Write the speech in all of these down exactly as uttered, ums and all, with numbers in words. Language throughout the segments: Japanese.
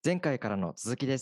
前回からの続きです。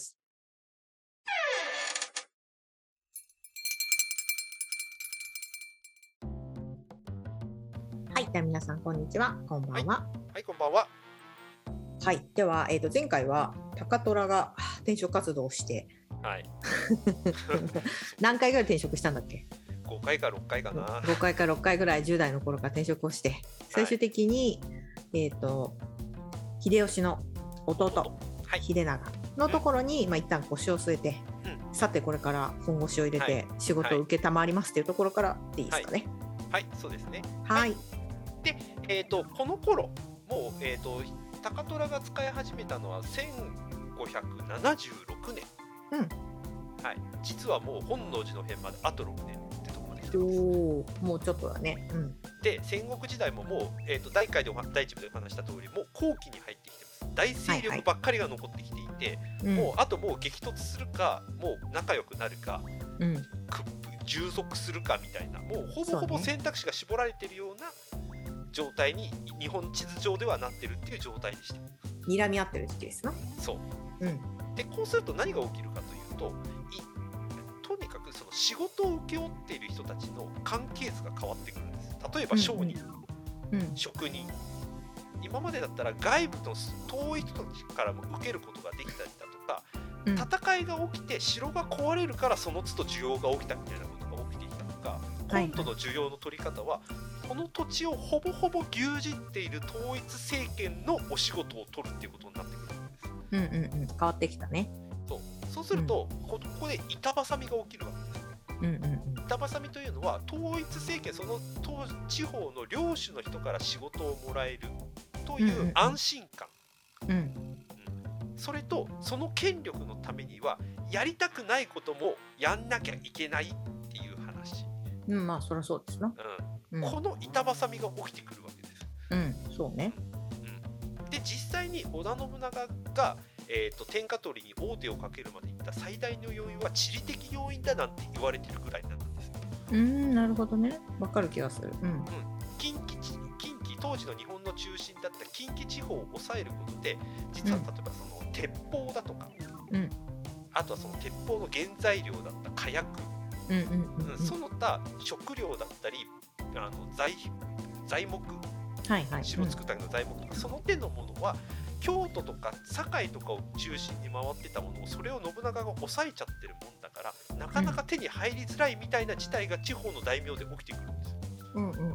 はい、では皆さんこんにちは、こんばはい、 んは。 はい、こんばんは。 はい、では、えー、と前回は高虎がはあ転職活動をしてはい。そう何回ぐらい転職したんだっけ？ ごかいかろっかいかな。 ごかいかろっかいぐらいじゅう代の頃から転職をして最終はい。 的に、えー、と秀吉の弟弟。はい。 秀長のところに、まあ、一旦腰を据えて、 うん。 さてこれから本腰を入れはい。 て仕事はい。 を受けたまわりますっていうところからでいいではい。 すかね。 はい、そうですね。はい。 はい。 で、えっ、と、この頃、もう、えっ、と、高虎が使い始めたのはせんごひゃくななじゅうろくねん。 うん。 はい。実はもう本能寺の変まであとろくねんってところまで来てます。 おーもうちょっとだね。うん。 で、戦国時代ももう、えっ、と、第一回でおは第一部でお話した通り、もう後期に入ってきてます。大勢力ばっかりが残ってきていて、 うんもうあともう激突するか、もう仲良くなるか、 うんく従属するかみたいな、もうほぼそうねほぼ選択肢が絞られているような状態に日本地図上ではなってるっていう状態でした。 睨み合ってる時期ですな。 そううんで、こうすると何が起きるかというと、いとにかくその仕事を請け負っている人たちの関係図が変わってくるんです。例えば商人、 うん職人、今までだったら外部の遠い人たちからも受けることができたりだとか、 うん戦いが起きて城が壊れるからその都度需要が起きたみたいなことが起きていたとか、 はい今度の需要の取り方はこの土地をほぼほぼ牛耳っている統一政権のお仕事を取るっていうことになってくるんです。 うんうんうん変わってきたね。 そうそうすると、ここで板挟みが起きるわけです。 うんうんうん板挟みというのは統一政権、その当地方の領主の人から仕事をもらえるという安心感、 うんうんそれとその権力のためにはやりたくないこともやんなきゃいけないっていう話、 うんまあそりゃそうですな。 うんうんこの板挟みが起きてくるわけです。 うんそうね。 うん、で実際に織田信長が、えー、と天下取りに王手をかけるまでいった最大の要因は地理的要因だなんて言われてるぐらいなんです。 うんなるほどね。わかる気がする。うんうん、近畿地近畿当時の日本の中心だった近畿地方を抑えることで、実はうん例えばその鉄砲だとか、 うんあとはその鉄砲の原材料だった火薬、 うんうんうんうんその他食料だったりあの材材木、 はいはい。 城を作るための材木とか、その手のものは京都とか堺とかを中心に回ってたものを、それを信長が抑えちゃってるもんだからなかなか手に入りづらいみたいな事態が地方の大名で起きてくるんですよ。 うんうんうん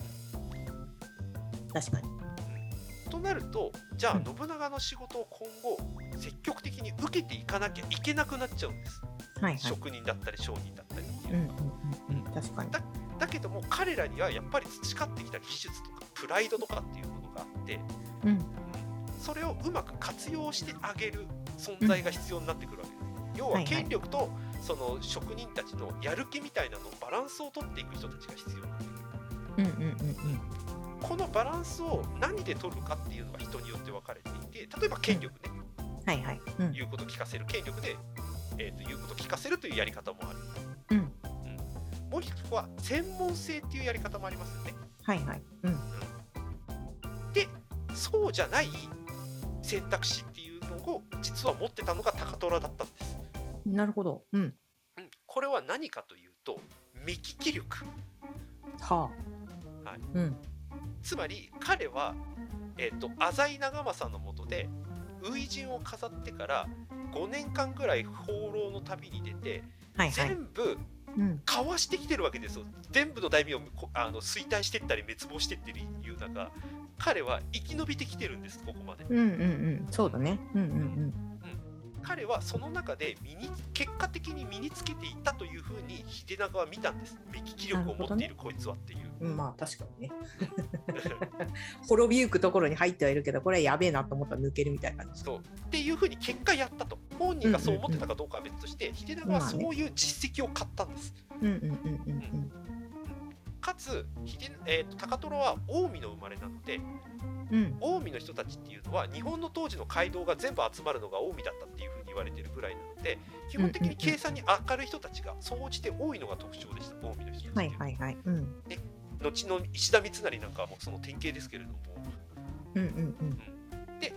確かに。 となると、じゃあうん信長の仕事を今後積極的に受けていかなきゃいけなくなっちゃうんです。 はいはい。 職人だったり商人だったりっていうのは、 うんうんうんうん確かに。 だだけども彼らにはやっぱり培ってきた技術とかプライドとかっていうものがあって、 うんうんそれをうまく活用してあげる存在が必要になってくるわけです。要は権力とその職人たちのやる気みたいなのバランスを取っていく人たちが必要なんです。 うんうんうんこのバランスを何で取るかっていうのが人によって分かれていて、例えば権力ね、 うんはいはい。うん言うことを聞かせる、権力で、えーと言うことを聞かせるというやり方もある、 うんうん、もう一つは専門性っていうやり方もありますよね。 はいはい。うんでそうじゃない選択肢っていうのを実は持ってたのが高虎だったんです。 なるほど。うんうん、これは何かというと目利き力、 はあ。 はい、 うんつまり彼は、えーと浅井長政の下で初陣を飾ってからごねんかんぐらい放浪の旅に出て、 はいはい。 全部うんかわしてきてるわけですよ。全部の大名をこあの衰退していったり滅亡していってるいう中、彼は生き延びてきてるんです。ここまで、 うんうんうんそうだね。うんうん彼はその中で身に結果的に身につけていったというふうに秀長は見たんです。目利き力を持っているこいつはっていう、 うんまあ確かにね。滅びゆくところに入ってはいるけどこれやべえなと思ったら抜けるみたいな感じ。 そうっていうふうに結果やったと。本人がそう思ってたかどうかは別として、秀長はそういう実績を買ったんです。 うんうんうんうんかつ秀、えーと高虎は近江の生まれなので、 うんうん近江の人たちっていうのは日本の当時の街道が全部集まるのが近江だったっていうふうに言われてるぐらいなので、基本的に計算に明るい人たちが総じて多いのが特徴でした。近江の人たちっていうのは、 はいはいはい。うん後の石田三成なんかはもうその典型ですけれども、 うんうんうんで高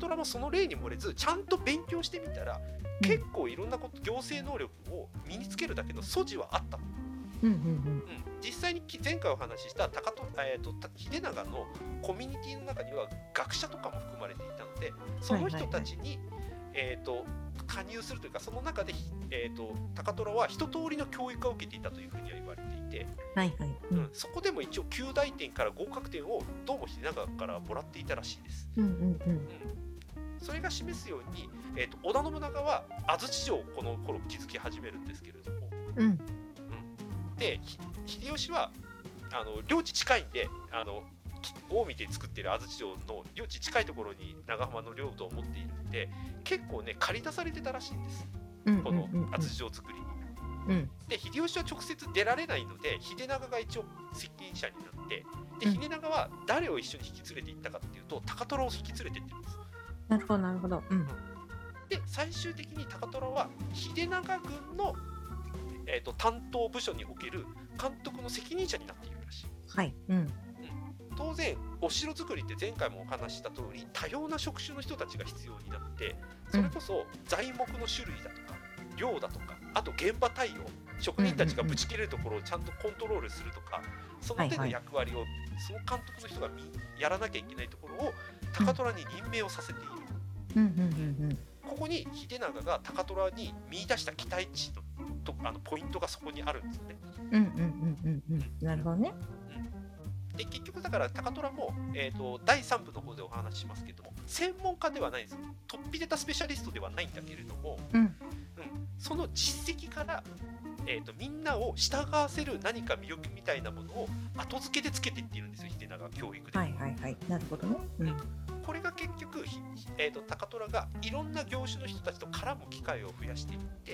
虎もその例に漏れずちゃんと勉強してみたら、 うん結構いろんなこと行政能力を身につけるだけの素地はあったの、 うんうんうん、実際にき前回お話しした高と、えー、とた秀長のコミュニティの中には学者とかも含まれていたので、その人たちに、えー、と加入するというか、その中で、えー、と高虎は一通りの教育を受けていたというふうには言われていて、 はいはい。ううんん、そこでも一応きゅう大点から合格点をどうも秀長からもらっていたらしいです。 うんうんうんうんそれが示すように、えー、と織田信長は安土城をこの頃築き始めるんですけれども、 うんうん、で秀吉はあの領地近いんで、あの近江で作っている安土城の領地近いところに長浜の領土を持っているんで、結構ね借り出されてたらしいんです、 うんこの安土城作りに。 うんで秀吉は直接出られないので、秀長が一応責任者になって、でうん秀長は誰を一緒に引き連れて行ったかっていうと高虎を引き連れて行ってるんです。 なるほどなるほど。うんで最終的に高虎は秀長軍の、えー、と担当部署における監督の責任者になっているらしい。 はい。うん当然お城作りって前回もお話しした通り多様な職種の人たちが必要になって、それこそ材木の種類だとか量だとか、あと現場対応、職人たちがぶち切れるところをちゃんとコントロールするとか、その手の役割をその監督の人がみやらなきゃいけないところを高虎に任命をさせている。 うんうんうんうんここに秀長が高虎に見出した期待値のとあのポイントがそこにあるんですよね。 うんうんうんうんうん。なるほどね。 で結局だから高虎も、えー、とだいさん部の方でお話ししますけども、専門家ではないんですよ。突飛出たスペシャリストではないんだけれども、 うんうんその実績から、えー、とみんなを従わせる何か魅力みたいなものを後付けでつけていっているんですよ、秀長教育で。 はいはいはい。なるほどね。うんこれが結局、えー、と高虎がいろんな業種の人たちと絡む機会を増やしていって、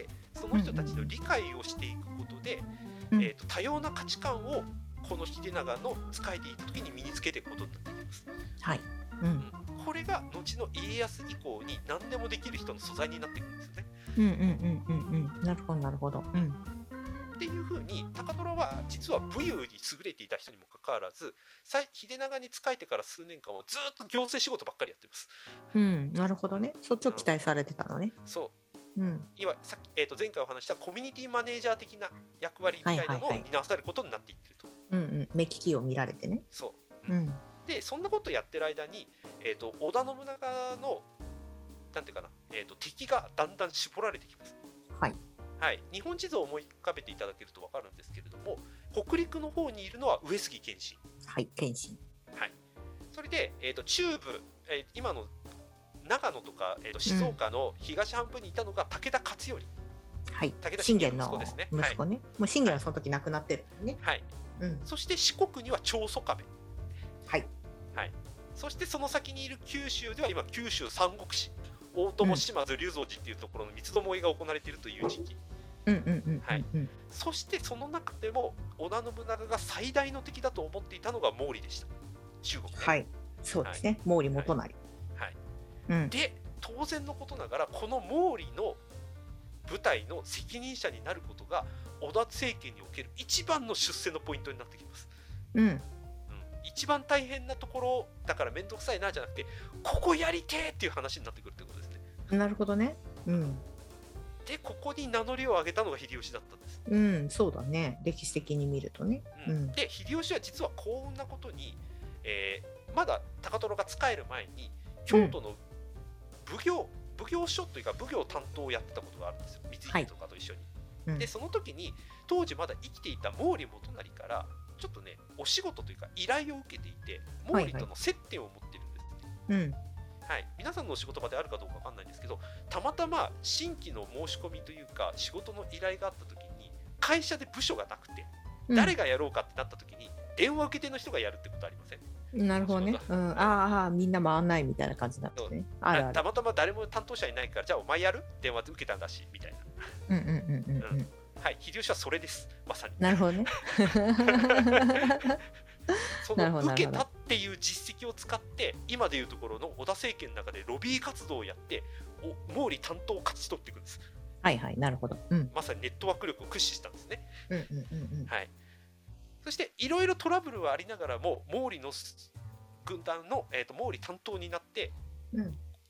その人たちの理解をしていくことで、 うんえー、と多様な価値観をこの秀長の使いでいった時に身につけていくことになっていきます。 はい。うんこれが後の家康以降に何でもできる人の素材になっていくんですよね。 うんうんうんうんうん。なるほどなるほど。うんっていう風に高虎は実は武勇に優れていた人にもかかわらず、秀長に仕えてから数年間はずっと行政仕事ばっかりやってます。 うんなるほどね。そっちを期待されてたのね。 そううんいわさっき、えー、と前回お話したコミュニティマネージャー的な役割みたいなのを担わされることになっていってると。 うんうん目利きを見られてね。 そううんでそんなことやってる間に、えー、と織田信長のなんていうかな、えー、と敵がだんだん絞られてきます。 はい。 はい、日本地図を思い浮かべていただけると分かるんですけれども、北陸の方にいるのは上杉謙信、 はい謙信。 はい、それで、えー、と中部、えー、今の長野とか、えー、と静岡の東半分にいたのが武田勝頼、 はい武田信玄の信玄の息子ですね息子ね。もう信玄はその時亡くなってるんね。 はい、 うんそして四国には長宗我部、 はい。 はい、そしてその先にいる九州では今九州三国志、大友島津龍蔵寺っていうところの三つどもえが行われているという時期、 うんうんうんうんはいうん。 そしてその中でも織田信長が最大の敵だと思っていたのが毛利でした。中国ね。 はいそうですね。毛利元就。 はい。 うんで当然のことながらこの毛利の部隊の責任者になることが織田政権における一番の出世のポイントになってきます。 うんうん、一番大変なところだから面倒くさいなじゃなくて、ここやりてーっていう話になってくるってことですね。 なるほどね。うんでここに名乗りを上げたのが秀吉だったんです。 うんそうだね。歴史的に見るとね。 ううんんで秀吉は実は幸運なことに、えーまだ高虎が仕える前に京都の奉行、奉行所というか奉行担当をやってたことがあるんですよ、光秀とかと一緒に。 うんでその時に当時まだ生きていた毛利元就からちょっとねお仕事というか依頼を受けていて、毛利との接点を持ってるんですね。 うんはい、皆さんのお仕事場であるかどうかわかんないんですけど、たまたま新規の申し込みというか仕事の依頼があった時に会社で部署がなくて、 うん誰がやろうかってなった時に電話受け手の人がやるってことありません？ なるほどね。うん、ああ、みんな回んないみたいな感じだったね。あるある。 たまたま誰も担当者いないから、じゃあお前やる？電話で受けたんだしみたいな。 うんうんうんうんうん。 はい、秀吉はそれです、まさに。 なるほどね。 そなるほどの受けたっていう実績を使って、今でいうところの織田政権の中でロビー活動をやって、お毛利担当を勝ち取っていくんです。 はいはい、なるほど。うん。 まさにネットワーク力を駆使したんですね。 うんうんうんうん。 はい。そしていろいろトラブルはありながらも毛利の軍団の、えーと、毛利担当になって、 うん、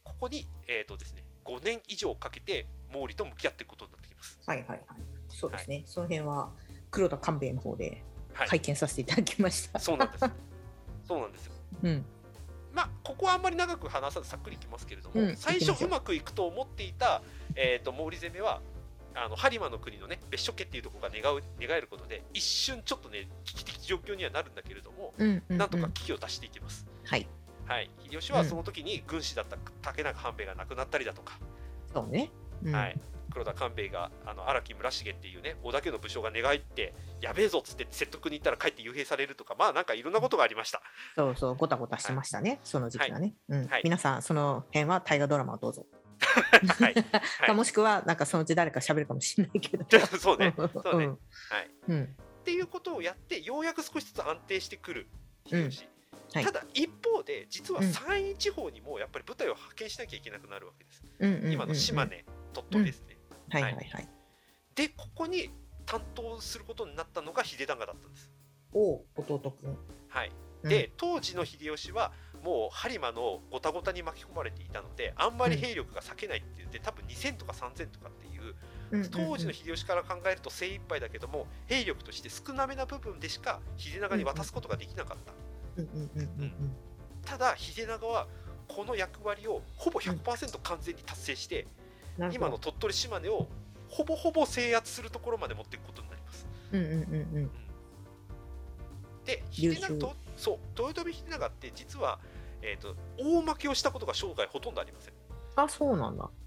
ここに、えーとですね、ごねん以上かけて毛利と向き合っていくことになってきます。 はいはいはい。そうですね。はい、その辺は黒田官兵衛の方で拝見させていただきました。 はい、そうなんです。そうなんですよ。 うん。 まあここはあんまり長く話さずさっくりいきますけれども、うん、最初うまくいくと思っていた、えーと毛利攻めはあの播磨の国のね別所家っていうところが願う願えることで一瞬ちょっとね危機的状況にはなるんだけれども、うんうんうん、なんとか危機を脱していきます。 はいはい、秀吉はその時に軍師だった竹中半兵衛が亡くなったりだとか、 そうね、うん、 はい、黒田官兵衛があの荒木村重っていうね織田家の武将が寝返ってやべえぞっつって説得に行ったら帰って幽閉されるとか、まあなんかいろんなことがありました。 そうそうごたごたしてましたね、はい、その時期はね、はいうんはい、皆さんその辺は大河ドラマをどうぞ。はいはい、もしくはなんかそのうち誰か喋るかもしれないけどそうねそうね、うんはいうん、っていうことをやってようやく少しずつ安定してくる秀吉、うんはい、ただ一方で実は山陰地方にもやっぱり部隊を派遣しなきゃいけなくなるわけです、うん、今の島根、鳥取ですね、うんはいはいはいはい、でここに担当することになったのが秀長だったんです。 お弟くん、 はいで、うん、当時の秀吉はもう播磨のごたごたに巻き込まれていたのであんまり兵力が割けないって言って、うん、多分にせんとかさんぜんとかっていう、うんうんうん、当時の秀吉から考えると精一杯だけども兵力として少なめな部分でしか秀長に渡すことができなかった、ただ秀長はこの役割をほぼ ひゃくパーセント 完全に達成して、うん、今の鳥取島根をほぼほぼ制圧するところまで持っていくことになります、うんうんうんうん、で秀長とそう豊臣秀長って実は、えーと、大負けをしたことが生涯ほとんどありません。 あ、そうなんだ、はい、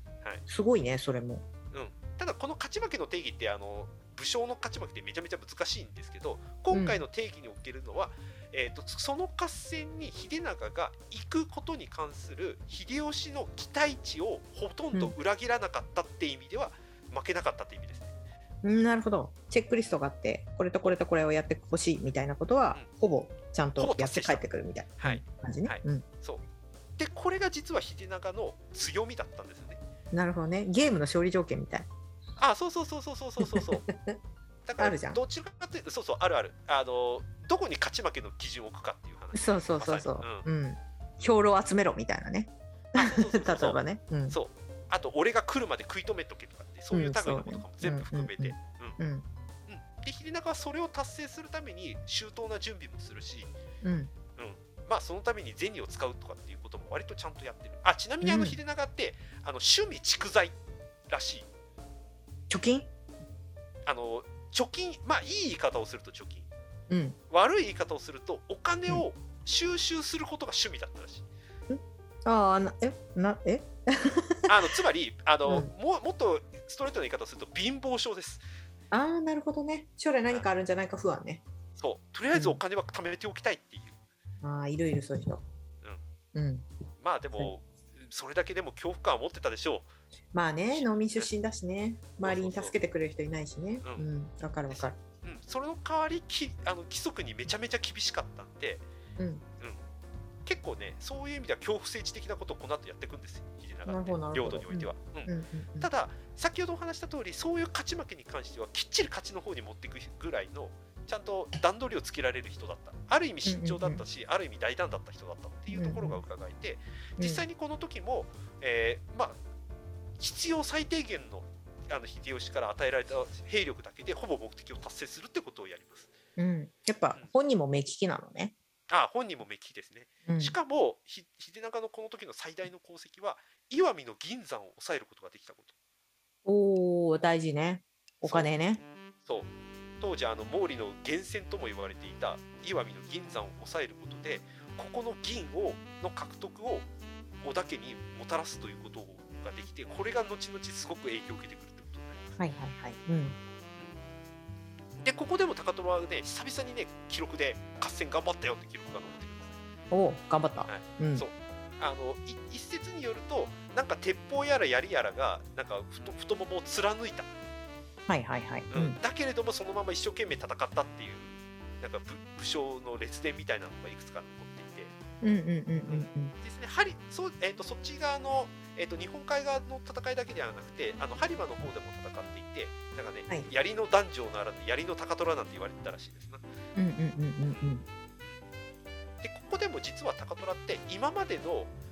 すごいねそれも、 うん、ただこの勝ち負けの定義ってあの武将の勝ち負けってめちゃめちゃ難しいんですけど今回の定義におけるのは、うんえーと、その合戦に秀長が行くことに関する秀吉の期待値をほとんど裏切らなかったって意味では、うん、負けなかったって意味ですね。 なるほど、チェックリストがあってこれとこれとこれをやってほしいみたいなことは、うん、ほぼちゃんとやって帰ってくるみたいな感じね、はいはいうん、 そうでこれが実は秀長の強みだったんですよね。 なるほどね、ゲームの勝利条件みたい。 あ、そうそうそうそうそうそうそうだからどちらかというとそうそうあるあるあのどこに勝ち負けの基準を置くかっていう話。 そうそうそうそう、うんうん、兵糧集めろみたいなね例えばね、うん、 そうあと俺が来るまで食い止めとけとかってそういう類のこととかも全部含めてで秀長はそれを達成するために周到な準備もするし、うんうん、まあそのために銭を使うとかっていうことも割とちゃんとやってる。あちなみにあの秀長って、うん、あの趣味蓄財らしい。 貯金あの貯金まあいい言い方をすると貯金、 うん、 悪い言い方をするとお金を収集することが趣味だったらしい、 うん、ああえなえあのつまりあの、うん、も, もっとストレートな言い方をすると貧乏症です。 ああなるほどね、将来何かあるんじゃないか不安ね。 そうとりあえずお金は貯めておきたいっていう、 うん、ああいるいるそういう人、 うん、うん、まあでもそれだけでも恐怖感を持ってたでしょう。 まあね農民出身だしね周りに助けてくれる人いないしね。うん、うん、分かる分かる、 うん、それの代わりきあの規則にめちゃめちゃ厳しかったんで、うんうん、結構ねそういう意味では恐怖政治的なことをこの後やっていくんですよ秀長って領土においては、うんうんうんうん、ただ先ほどお話した通りそういう勝ち負けに関してはきっちり勝ちの方に持っていくぐらいのちゃんと段取りをつけられる人だった。ある意味慎重だったし、うんうんうん、ある意味大胆だった人だったっていうところが伺えて、うんうん、実際にこの時も、えー、まあ必要最低限のあの秀吉から与えられた兵力だけでほぼ目的を達成するってことをやります、 うん、やっぱ本人も目利きなのね、 うん、あ本人も目利きですね、うん、しかも秀長のこの時の最大の功績は石見の銀山を抑えることができたこと。 おー大事ね、お金ね。 そう、そう当時あの毛利の源泉とも言われていた石見の銀山を抑えることでここの銀をの獲得を織田家にもたらすということができてこれが後々すごく影響を受けてくるってことになります。 はいはいはい、うんうん、でここでも高虎はね久々にね記録で合戦頑張ったよって記録が残ってくるんです。 おお頑張った、 はいうん、そうあの一説によるとなんか鉄砲やら槍やらがなんか 太, 太ももを貫いた、 はいはいはいうん、だけれどもそのまま一生懸命戦ったっていうなんか 武, 武将の列伝みたいなのがいくつか残っていて、 うんうんうんうんうんですね、はりそう、えーと、そっち側の、えーと、日本海側の戦いだけではなくてあの播磨の方でも戦っていてなんかね、はい、槍の男女ならぬ槍の高虎なんて言われてたらしいですな。 うんうんうんうんうん。 でここでも実は高虎って今までの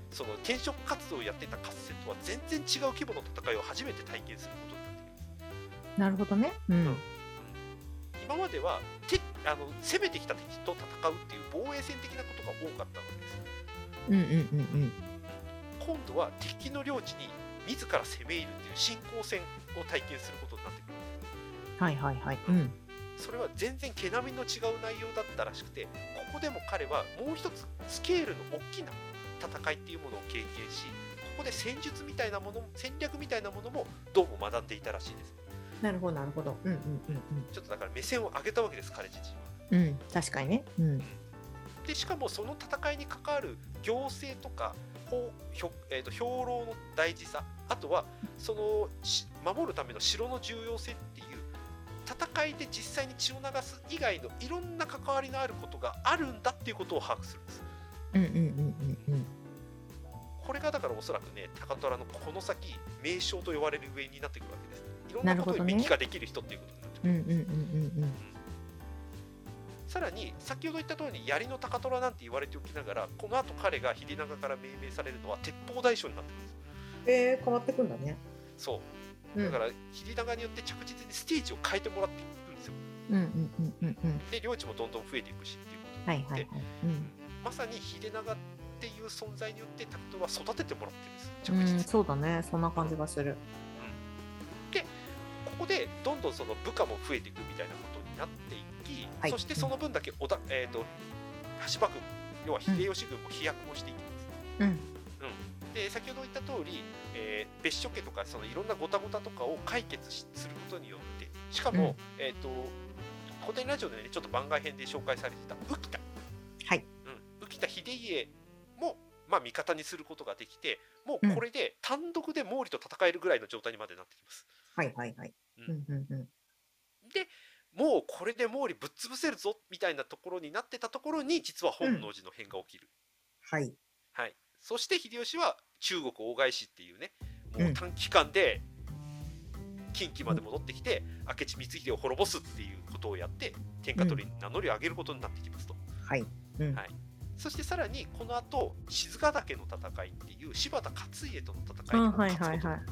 その転職活動をやってた合戦とは全然違う規模の戦いを初めて体験することになってきます。 なるほどね。うんうん、 今まではてあの攻めてきた敵と戦うっていう防衛戦的なことが多かったわけです。 うんうんうんうん、 今度は敵の領地に自ら攻め入るっていう侵攻戦を体験することになってくるんです。 はいはいはい。うん、 それは全然毛並みの違う内容だったらしくて、ここでも彼はもう一つスケールの大きな戦いっていうものを経験し、ここで戦術みたいなもの、戦略みたいなものもどうも学んでいたらしいです。 なるほどなるほど。うんうんうんうん。 ちょっとだから目線を上げたわけです、彼自身は。 うん、確かにね。うん。 でしかもその戦いに関わる行政とか法、えーと、兵糧の大事さ、あとはその守るための城の重要性っていう戦いで実際に血を流す以外のいろんな関わりのあることがあるんだっていうことを把握するんです。 うんうんうんうんうん。 これがだからおそらくね、高虎のこの先名将と呼ばれる上になってくるわけです。いろんなことに見聞ができる人っていうことになってくる。 うんうんうんうんうん。 さらに先ほど言った通りに槍の高虎なんて言われておきながら、この後彼が秀長から命名されるのは鉄砲大将になってくるんです。 えー、変わってくんだね。 そう、だから秀長によって着実にステージを変えてもらっていくんですよ。 うんうんうんうんうん。 で領地もどんどん増えていくしっていうことで、 はいはいはい。うん、 まさに秀長っていう存在によって高虎は育ててもらってるんです。 着実に。うん、そうだね、そんな感じがする。 うん、でここでどんどんその部下も増えていくみたいなことになっていき、はい、そしてその分だけ織田、えーと、羽柴軍、要は秀吉軍も飛躍もしていきます。うん、うん、で先ほど言った通り、えー、別所家とかそのいろんなごたごたとかを解決することによって、しかも、うん、えーと古典ラジオでねちょっと番外編で紹介されてた浮田、 はい、 うん、浮田秀家もまあ味方にすることができて、もうこれで単独で毛利と戦えるぐらいの状態にまでなってきます。 はいはいはい。うんうんうん、 でもうこれで毛利ぶっ潰せるぞみたいなところになってたところに、実は本能寺の変が起きる。 うん、はい、 はい、そして秀吉は中国大返しっていうね、もう短期間で近畿まで戻ってきて、うん、明智光秀を滅ぼすっていうことをやって天下取りに名乗りを上げることになってきますと。 はい、うん、はい、 そしてさらにこの後静ヶ岳の戦いっていう柴田勝家との戦いにも勝つことになる。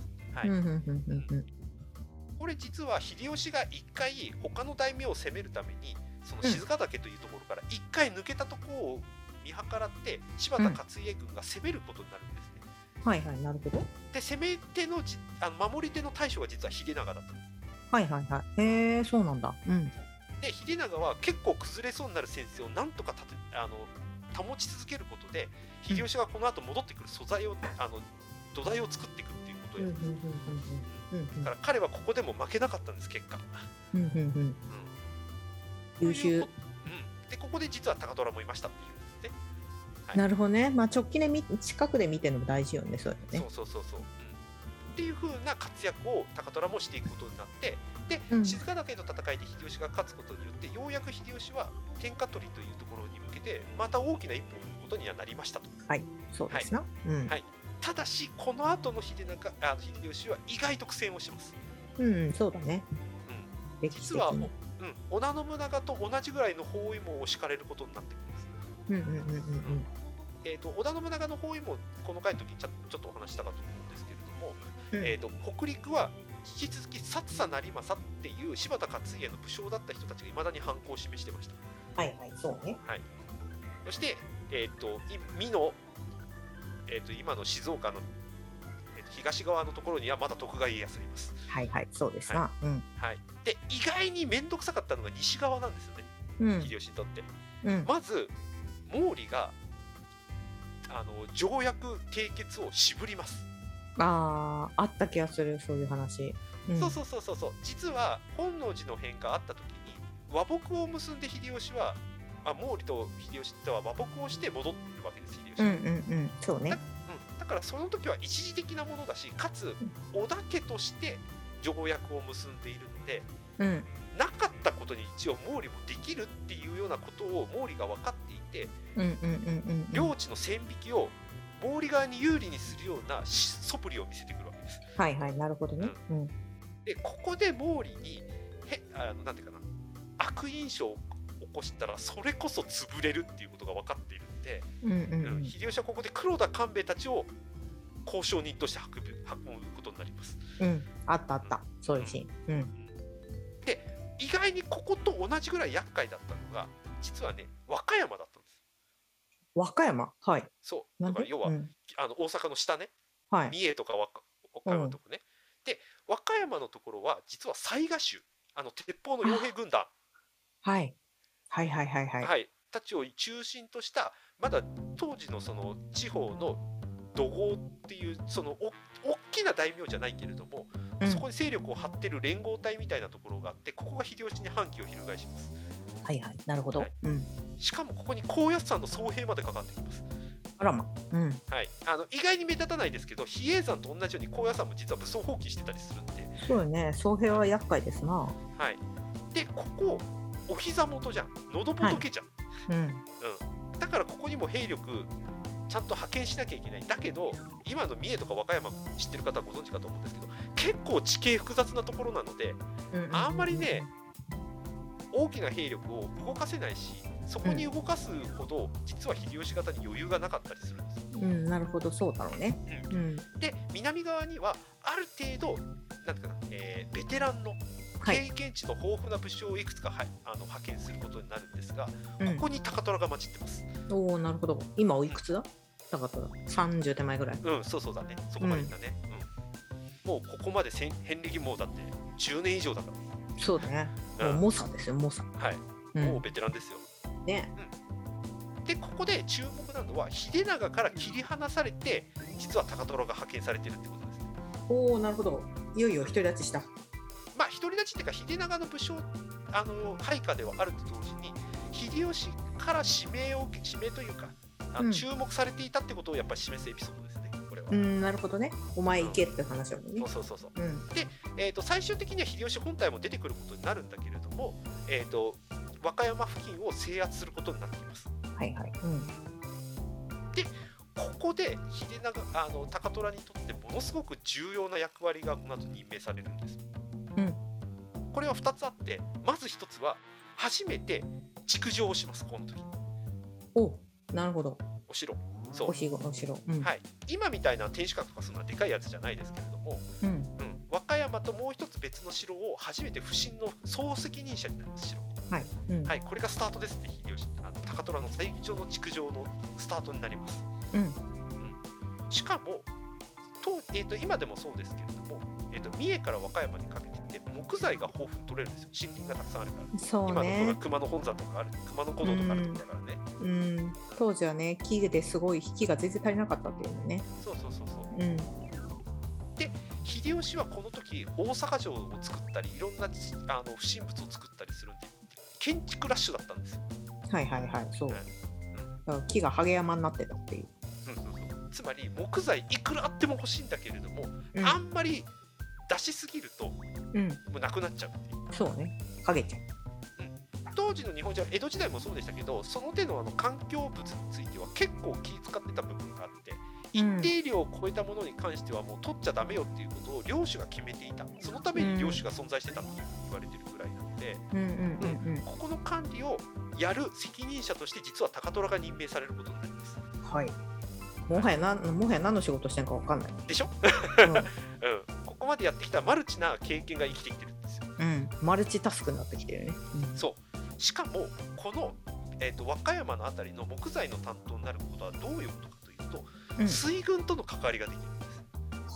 これ実は秀吉が一回他の大名を攻めるためにその静ヶ岳というところから一回抜けたところを見計らって柴田勝家軍が攻めることになるんですね。 うん、はいはい、なるほど。 で攻め手のじあの守り手の大将が実は秀長だったんです。 はいはいはい。へえ、そうなんだ。うん、 で秀長は結構崩れそうになる戦線をなんとか立てあの保ち続けることで、秀吉がこの後戻ってくる素材をあの土台を作っていくっていうことをやるんです。だから彼はここでも負けなかったんです、結果。うんうんうんうん、 優秀。うん、 でここで実は高虎もいましたっていうんですね。 はい、なるほどね。まあ直近で見近くで見てるのも大事よね、そうね。 そうそうそうそう。うん、っていう風な活躍を高虎もしていくことになって、で、うん、静ヶ岳の戦いで秀吉が勝つことによってようやく秀吉は天下取りというところに向けてまた大きな一歩を踏むことにはなりましたと。 はい、そうですな。はい、うんはい、 ただしこの後の秀長あの秀吉は意外と苦戦をします。 うん、そうだね。 うん、実は、うん、織田信長と同じぐらいの包囲網を敷かれることになってくるんです。うんうんうんうんうん。えっと織田信長の包囲網この回の時にちょちょっとお話したかと思うんですけれども、うん、えっと北陸は引き続き薩摩成政っていう柴田勝家の武将だった人たちがいまだに反抗を示してました。 はいはい、そうね。 はい、そして、えー、と美濃、えー、と今の静岡の、えー、と東側のところにはまだ徳川家康がいます。 はいはい、そうですな。はいうんはい、で意外に面倒くさかったのが西側なんですよね、うん、秀吉にとって。うん、まず毛利があの条約締結を渋ります。 ああ、あった気がする、そういう話。 うん、そうそうそうそうそう。実は本能寺の変があった時に和睦を結んで秀吉は、あ毛利と秀吉とは和睦をして戻っているわけです、秀吉。 うんうんうん、そうね。 だ、うん、だからその時は一時的なものだし、かつ織田家として条約を結んでいるので、うん、なかったことに一応毛利もできるっていうようなことを毛利が分かっていて、領地の線引きを毛利側に有利にするような素振りを見せてくるわけです。 はいはい、なるほどね。うん、 でここで毛利にへあのなんていうかな悪印象を起こしたらそれこそ潰れるっていうことが分かっているんで、 うんうんうん、 秀吉はここで黒田官兵衛たちを交渉人として運ぶ、運ぶことになります。 うん、あったあった、そういうシーン、うん、 で意外にここと同じぐらい厄介だったのが実はね和歌山だったんです。 和歌山、はい。 そうだから要は、うん、あの大阪の下ね、はい、三重とか和歌山とかね、うん、で和歌山のところは実は雑賀衆、あの鉄砲の傭兵軍団、 はい、はいはいはいはい、 はい、たちを中心としたまだ当時のその地方の土豪っていうそのお大きな大名じゃないけれども、うん、そこに勢力を張ってる連合体みたいなところがあって、ここが秀吉に反旗を翻します。 はいはい、なるほど、はい、うん、 しかもここに高野山の僧兵までかかってきます。 あらま、うん、 はい、あの意外に目立たないですけど比叡山と同じように高野山も実は武装蜂起してたりするんで。 そうよね、僧兵は厄介ですな。はい、でここお膝元じゃん、喉仏じゃん、はい、うんうん、だからここにも兵力ちゃんと派遣しなきゃいけない。だけど今の三重とか和歌山知ってる方はご存知かと思うんですけど、結構地形複雑なところなので、うんうんうんうん、あんまりね大きな兵力を動かせないし、そこに動かすほど実は秀吉方に余裕がなかったりするんです。 うん、なるほど、そうだろうね、 うんうん、で南側にはある程度なんていうかな、えー、ベテランの経験値の豊富な武将をいくつか、はい、あの派遣することになるんですが、うん、ここに高虎が混じってます。 おお、なるほど。今おいくつだ、うん、高虎さんじゅう手前ぐらい。 うん、そうそうだね、そこまでいったね、うんうん、もうここまで遍歴もうだってじゅうねん以上だから。 そうだね、もう猛者ですよ、猛者。 はい、うん、もうベテランですよね、 うん、でここで注目なのは秀長から切り離されて実は高虎が派遣されてるってことですね。 おお、なるほど、いよいよ独り立ちした。 まあ独り立ちっていうか秀長の武将あの配下ではあると同時に秀吉から指名を指名というかあの、うん、注目されていたってことをやっぱり示すエピソードですね、これは。 うん、なるほどね、お前行けって話だもんね、 うん、そうそうそうそう、うん、で、えーと、最終的には秀吉本体も出てくることになるんだけれども、えーと、和歌山付近を制圧することになってきます。 はいはい、うん、 でここで秀長あの高虎にとってものすごく重要な役割がこの後任命されるんです。うん、これはふたつあって、まずひとつは初めて築城をします。この時お、なるほど、 お城、そうお城、お城、うん、 はい、今みたいな天守閣とかそんなでかいやつじゃないですけれども、うんうん、和歌山ともう一つ別の城を初めて不審の総責任者になります。城、はい、うん、はい、これがスタートですね。秀吉あの高虎の最長の築城のスタートになります。うんうん、しかもと、えー、と今でもそうですけれども、えー、と三重から和歌山にかけてって木材が豊富に取れるんですよ。森林がたくさんあるから。 そうね、 今の熊野本山とかある、熊野古道とかあるところだからね、 うんうん、当時はね木ですごい引きが全然足りなかったっていうのね。 そうそうそうそう、うん、で秀吉はこの時大阪城を作ったりいろんなあの不審物を作ったりするんで建築ラッシュだったんですよ。 はいはいはい、そう、うん、木がハゲ山になってたっていう、 うんそうそう、つまり木材いくらあっても欲しいんだけれども、うん、あんまり出しすぎると、うん、もうなくなっちゃうっていう。 そうね、ハゲちゃう、 うん、当時の日本人は江戸時代もそうでしたけど、その手のあの環境物については結構気使ってた部分があって、一定量を超えたものに関してはもう取っちゃダメよっていうことを領主が決めていた。そのために領主が存在してたって言われてるぐらいなので、ここの管理をやる責任者として実は高虎が任命されることになります。 はい、もはやなもはや何の仕事してるか分かんないでしょ、うんうん、ここまでやってきたマルチな経験が生きてきてるんですよ、 うん、マルチタスクになってきてるね、 うん、そうしかもこの、えーと、和歌山のあたりの木材の担当になることはどういうことかというと、うん、水軍との関わりができるんです。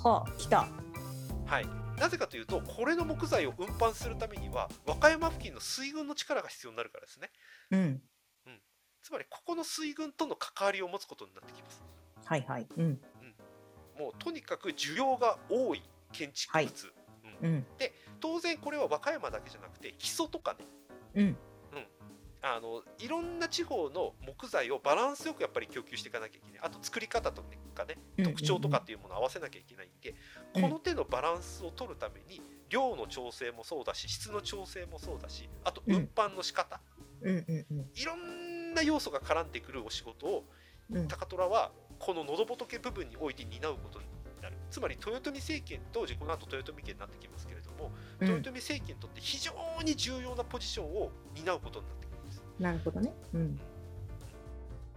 はあ、来た。 はい、なぜかというとこれの木材を運搬するためには和歌山付近の水軍の力が必要になるからですね、うんうん、つまりここの水軍との関わりを持つことになってきます。 はいはい、うんうん、 もうとにかく需要が多い建築物、はい、うん、で当然これは和歌山だけじゃなくて木曽とかね、うんうん、あのいろんな地方の木材をバランスよくやっぱり供給していかなきゃいけない。あと作り方とかね、特徴とかっていうものを合わせなきゃいけないんで、うんうんうん、この手のバランスを取るために量の調整もそうだし質の調整もそうだし、あと運搬の仕方、うんうんうんうん、いろんな要素が絡んでくるお仕事を、うん、高虎はこの喉仏部分において担うことになる。つまり豊臣政権、当時この後豊臣家になってきますけれども、うん、豊臣政権にとって非常に重要なポジションを担うことになってきます。 なるほどね、うん、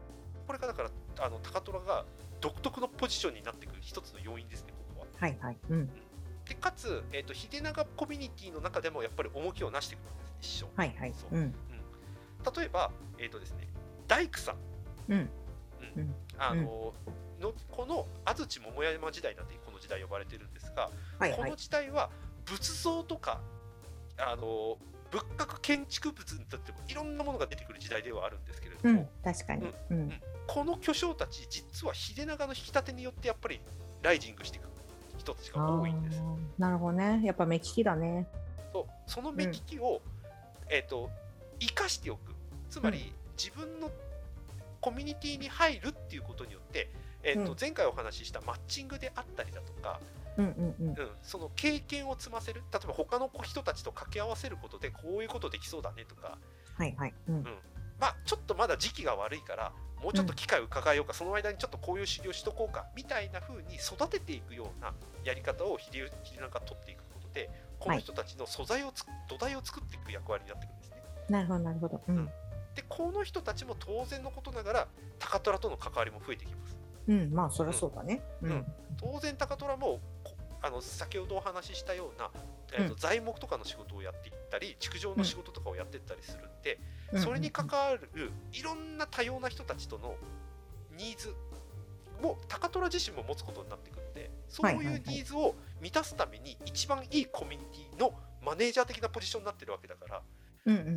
これがだからあの高虎が独特のポジションになってくる一つの要因ですね、ここは。 はいはい。うん。 でかつ、えーと、秀長コミュニティの中でもやっぱり重きをなしてくるんです、一緒。 はいはい。 そう、うん、例えば、えーとですね、大工さん、 うん、 うん、あの、うん、のこの安土桃山時代なんてこの時代呼ばれてるんですが、はいはい、この時代は仏像とかあの仏閣建築物にとってもいろんなものが出てくる時代ではあるんですけれども、 うん、確かに、うんうん、 この巨匠たち実は秀長の引き立てによってやっぱりライジングしていく人たちが多いんです。 なるほどね、やっぱ目利きだね。 そう、その目利きを、うん、えーと、生かしておく、つまり、うん、自分のコミュニティに入るっていうことによって、えーとうん、前回お話ししたマッチングであったりだとか、うんうんうんうん、その経験を積ませる、例えば他の人たちと掛け合わせることでこういうことできそうだねとか、 はいはい、うんうん、 まあ、ちょっとまだ時期が悪いからもうちょっと機会を伺えようか、うん、その間にちょっとこういう修行しとこうかみたいな風に育てていくようなやり方を秀長が取っていくことで、この人たちの素材をつ、はい、土台を作っていく役割になってくるんですね。 なるほどなるほど、うん、 でこの人たちも当然のことながら高虎との関わりも増えてきます。 うん、まあそりゃそうだね、うんうん、 当然高虎もあの先ほどお話ししたような、えーとうん、材木とかの仕事をやっていったり築城の仕事とかをやっていったりするんで、うん、それに関わるいろんな多様な人たちとのニーズを高虎自身も持つことになってくるんで、そういうニーズを満たすために一番いいコミュニティのマネージャー的なポジションになってるわけだから、 うんうんうんうん、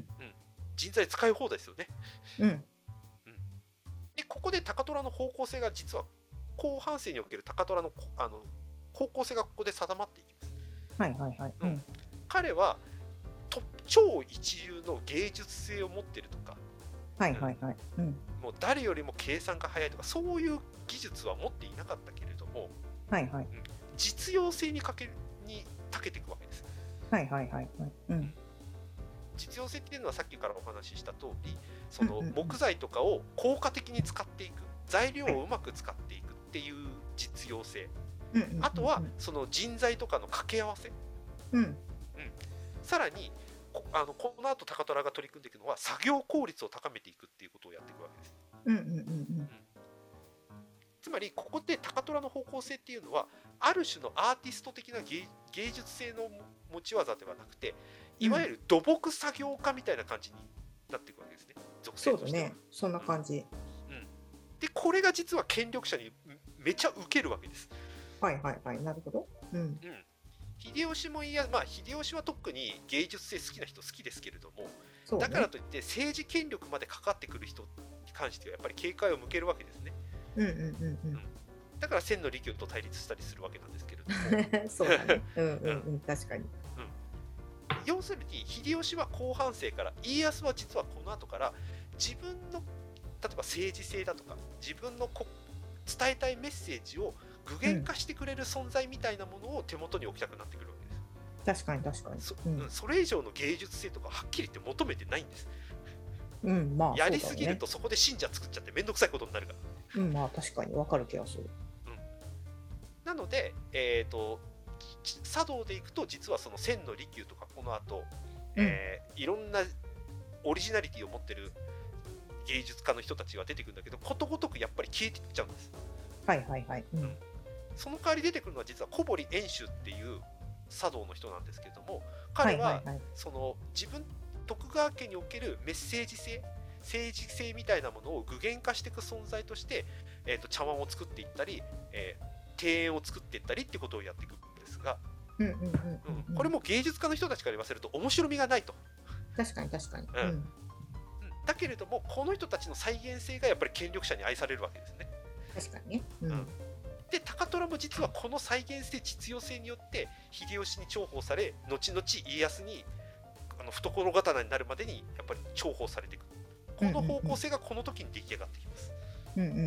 人材使い放題ですよね、 うんうん、 でここで高虎の方向性が実は後半生における高虎のあの方向性がここで定まっていきます。 はいはいはい。うん、 彼はと超一流の芸術性を持っているとか、 はいはいはい。うん、 もう誰よりも計算が早いとかそういう技術は持っていなかったけれども、 はいはい。うん、 実用性にかけに長けていくわけです。 はいはいはいはい。うん、 実用性っていうのはさっきからお話しした通り、その木材とかを効果的に使っていく、材料をうまく使っていくっていう実用性。うんうんうんうん、あとはその人材とかの掛け合わせ、 うんうん、 さらに こ, あのこの後高虎が取り組んでいくのは作業効率を高めていくっていうことをやっていくわけです、 うんうんうんうん、 つまりここで高虎の方向性っていうのはある種のアーティスト的な 芸, 芸術性の持ち技ではなくて、いわゆる土木作業家みたいな感じになっていくわけですね、属性としては。 そうだね、そんな感じ、 うんうん、でこれが実は権力者にめちゃ受けるわけです。 はいはいはい、なるほど。うん。うん、 秀吉もいや、まあ秀吉は特に芸術性好きな人好きですけれども、ね、だからといって政治権力までかかってくる人に関してはやっぱり警戒を向けるわけですね。 うんうんうんうん。うん、 だから千利休と対立したりするわけなんですけれども。 そうだね。うんうんうん、うん、確かに。うん、 要するに秀吉は後半生から、家康は実はこの後から自分の例えば政治性だとか自分のこ伝えたいメッセージを具現化してくれる存在みたいなものを手元に置きたくなってくるわけです。 確かに確かに。 そ, うん、それ以上の芸術性とかはっきり言って求めてないんです。 うん、まあ、 やりすぎるとそこで信者作っちゃってめんどくさいことになるから。 うん、まあ確かに分かる気がする。 うん、なので、えーと、茶道でいくと実はその千利休とかこの後、うん、えー、いろんなオリジナリティを持ってる芸術家の人たちが出てくるんだけど、ことごとくやっぱり消えていっちゃうんです。 はいはいはい。うん、 その代わり出てくるのは実は小堀遠州っていう茶道の人なんですけれども、彼はその自分徳川家におけるメッセージ性、政治性みたいなものを具現化していく存在として、えーと茶碗を作っていったり、えー、庭園を作っていったりってことをやっていくんですが、これも芸術家の人たちから言わせると面白みがないと。 確かに確かに、 うんうん、だけれどもこの人たちの再現性がやっぱり権力者に愛されるわけですね。 確かにね、うん、うん、 で高虎も実はこの再現性実用性によって秀吉に重宝され、後々家康にあの懐刀になるまでにやっぱり重宝されていく。この方向性がこの時に出来上がってきます。 うんうんうんうん、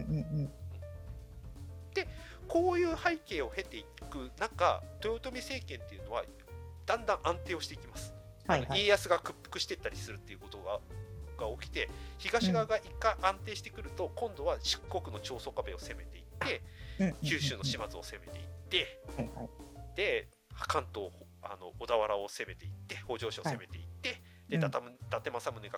でこういう背景を経ていく中、豊臣政権っていうのはだんだん安定をしていきます、はいはい、家康が屈服していったりするっていうことがが起きて、東側が一回安定してくると、うん、今度は四国の長宗我部を攻めていって、うん、九州の島津を攻めていって、うんうんうん、で関東あの小田原を攻めていって、北条氏を攻めていって、はい、で、うん、伊達政宗が屈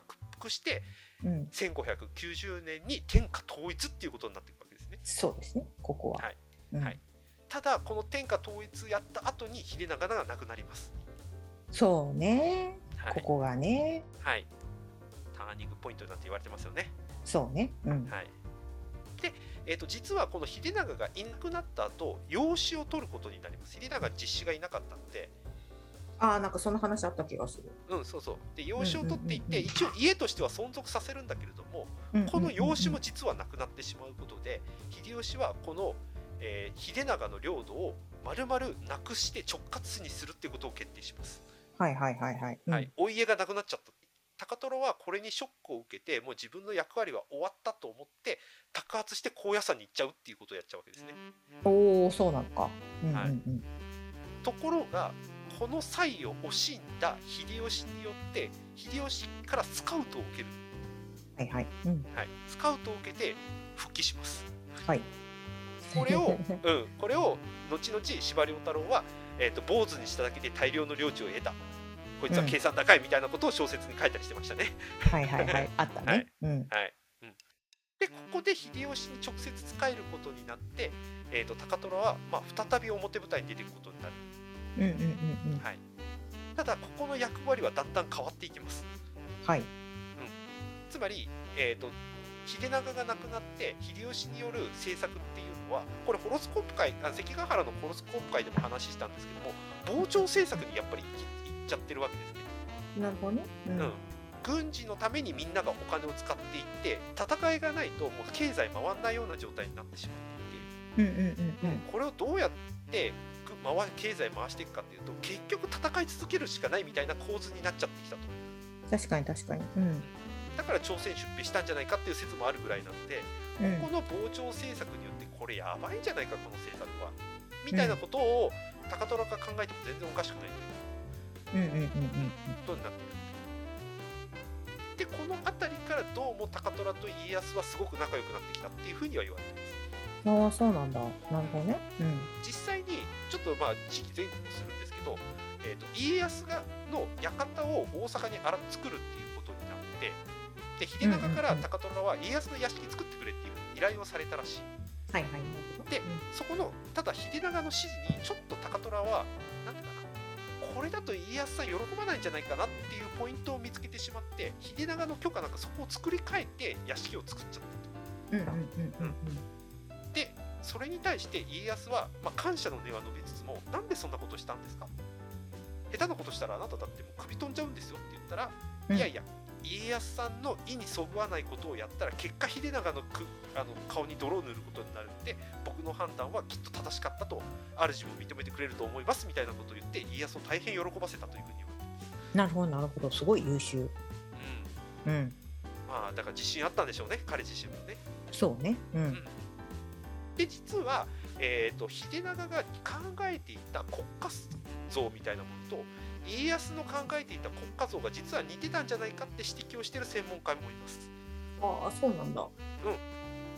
くして、 うん、 せんごひゃくきゅうじゅうねんに天下統一っていうことになっていくわけですね。 そうですね、ここは。 はい、 うん、 はい、ただこの天下統一やった後に秀長がなくなります。 そうね、 はい、 ここがね、 はい、ターニングポイントなんて言われてますよね。 そうね、うん、 はい、で、えー、と実はこの秀長がいなくなった後養子を取ることになります。秀長実子がいなかったので、 ああ、なんかその話あった気がする。 うん、そうそう。で、養子を取っていって、一応家としては存続させるんだけれども、 うんうんうんうん、 この養子も実はなくなってしまうことで、秀吉はこの、えー秀長の領土を丸々なくして直轄にするっていうことを決定します。 はいはいはいはい。 はい、お家がなくなっちゃった。高虎はこれにショックを受けて、もう自分の役割は終わったと思って托発して高野山に行っちゃうっていうことをやっちゃうわけですね。 おお、そうなのか。うんうんうん、 はい、ところがこの際を惜しんだ秀吉によって秀吉からスカウトを受ける。 はいはい、うん、 はい、スカウトを受けて復帰します。 はい、 これを、うん、これを後々司馬遼太郎は、えーと、坊主にしただけで大量の領地を得た、こいつは計算高いみたいなことを小説に書いたりしてましたね。 はいはいはい、あったね。 はい、 うん、 はい、うん、でここで秀吉に直接仕えることになって、えーと、高虎は、まあ、再び表舞台に出ていくことになる。 うんうんうんうん、 はい、ただここの役割はだんだん変わっていきます。 はい、うん、 つまり、えーと、秀長が亡くなって秀吉による政策っていうのは、これホロスコープ会、あ関ヶ原のホロスコープ会でも話したんですけども、膨張政策にやっぱりいっちゃってるわけですね。 なるほどね、うん、うん、 軍事のためにみんながお金を使っていって、戦いがないともう経済回らないような状態になってしまっていて、うんうんうんうん、これをどうやって回経済回していくかっていうと、結局戦い続けるしかないみたいな構図になっちゃってきたと。 確かに確かに、うん、 だから朝鮮出兵したんじゃないかっていう説もあるぐらいなので、うん、ここの膨張政策によってこれやばいんじゃないかこの政策はみたいなことを高虎が考えても全然おかしくないということになっている。でこの辺りからどうも高虎と家康はすごく仲良くなってきたっていうふうには言われています。 ああ、そうなんだ。なるほどね。うん、 実際にちょっとまあ時期前後するんですけど、えー、と家康がの館を大阪にあら作るっていうことになって、で秀長から高虎は家康の屋敷作ってくれっていう依頼をされたらしい。 はいはい。 で、うん、そこのただ秀長の指示にちょっと高虎はなんていうかな、これだと家康さん喜ばないんじゃないかなっていうポイントを見つけてしまって、秀長の許可なんかそこを作り変えて屋敷を作っちゃったと。でそれに対して家康は、まあ、感謝の念は述べつつも、なんでそんなことしたんですか、下手なことしたらあなただってもう首飛んじゃうんですよって言ったら、うん、いやいや家康さんの意にそぐわないことをやったら結果秀長のくあの顔に泥を塗ることになるんで、僕の判断はきっと正しかったと主も認めてくれると思いますみたいなことを言って家康を大変喜ばせたというふうに言われています。 なるほどなるほど、すごい優秀。うん、うん、 まあだから自信あったんでしょうね、彼自身もね。 そうね、うん、うん、 で実は、えーと、秀長が考えていた国家像みたいなものと家康の考えていた国家像が実は似てたんじゃないかって指摘をしている専門家もいます。 ああ、そうなんだ。うん 、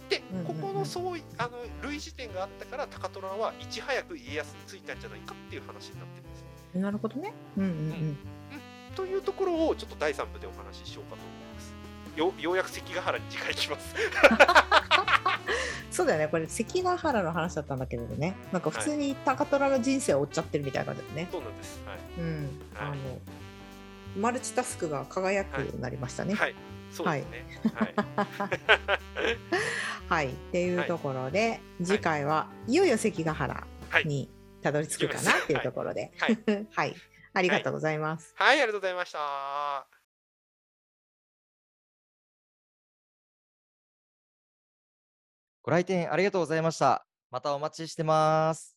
で、ここのそうあの類似点があったから高虎はいち早く家康についたんじゃないかっていう話になってるんです。 なるほどね。うんうんうん。うん、 というところをちょっとだいさん部でお話ししようかと思います。よ, ようやく関ヶ原に次回行きます。 そうだよね、これ関ヶ原の話だったんだけどね、なんか普通に高虎が人生を追っちゃってるみたいな感じだよね。 そうなんです。はい。 うん。はい、あのマルチタスクが輝くようになりましたね。 はい。はい、そうですね。はい。 はい、っていうところで、はい、次回はいよいよ関ヶ原にたどり着くかなっていうところで、はい、はい、ありがとうございます。 はい、はい、ありがとうございました。 ご来店ありがとうございました。またお待ちしてます。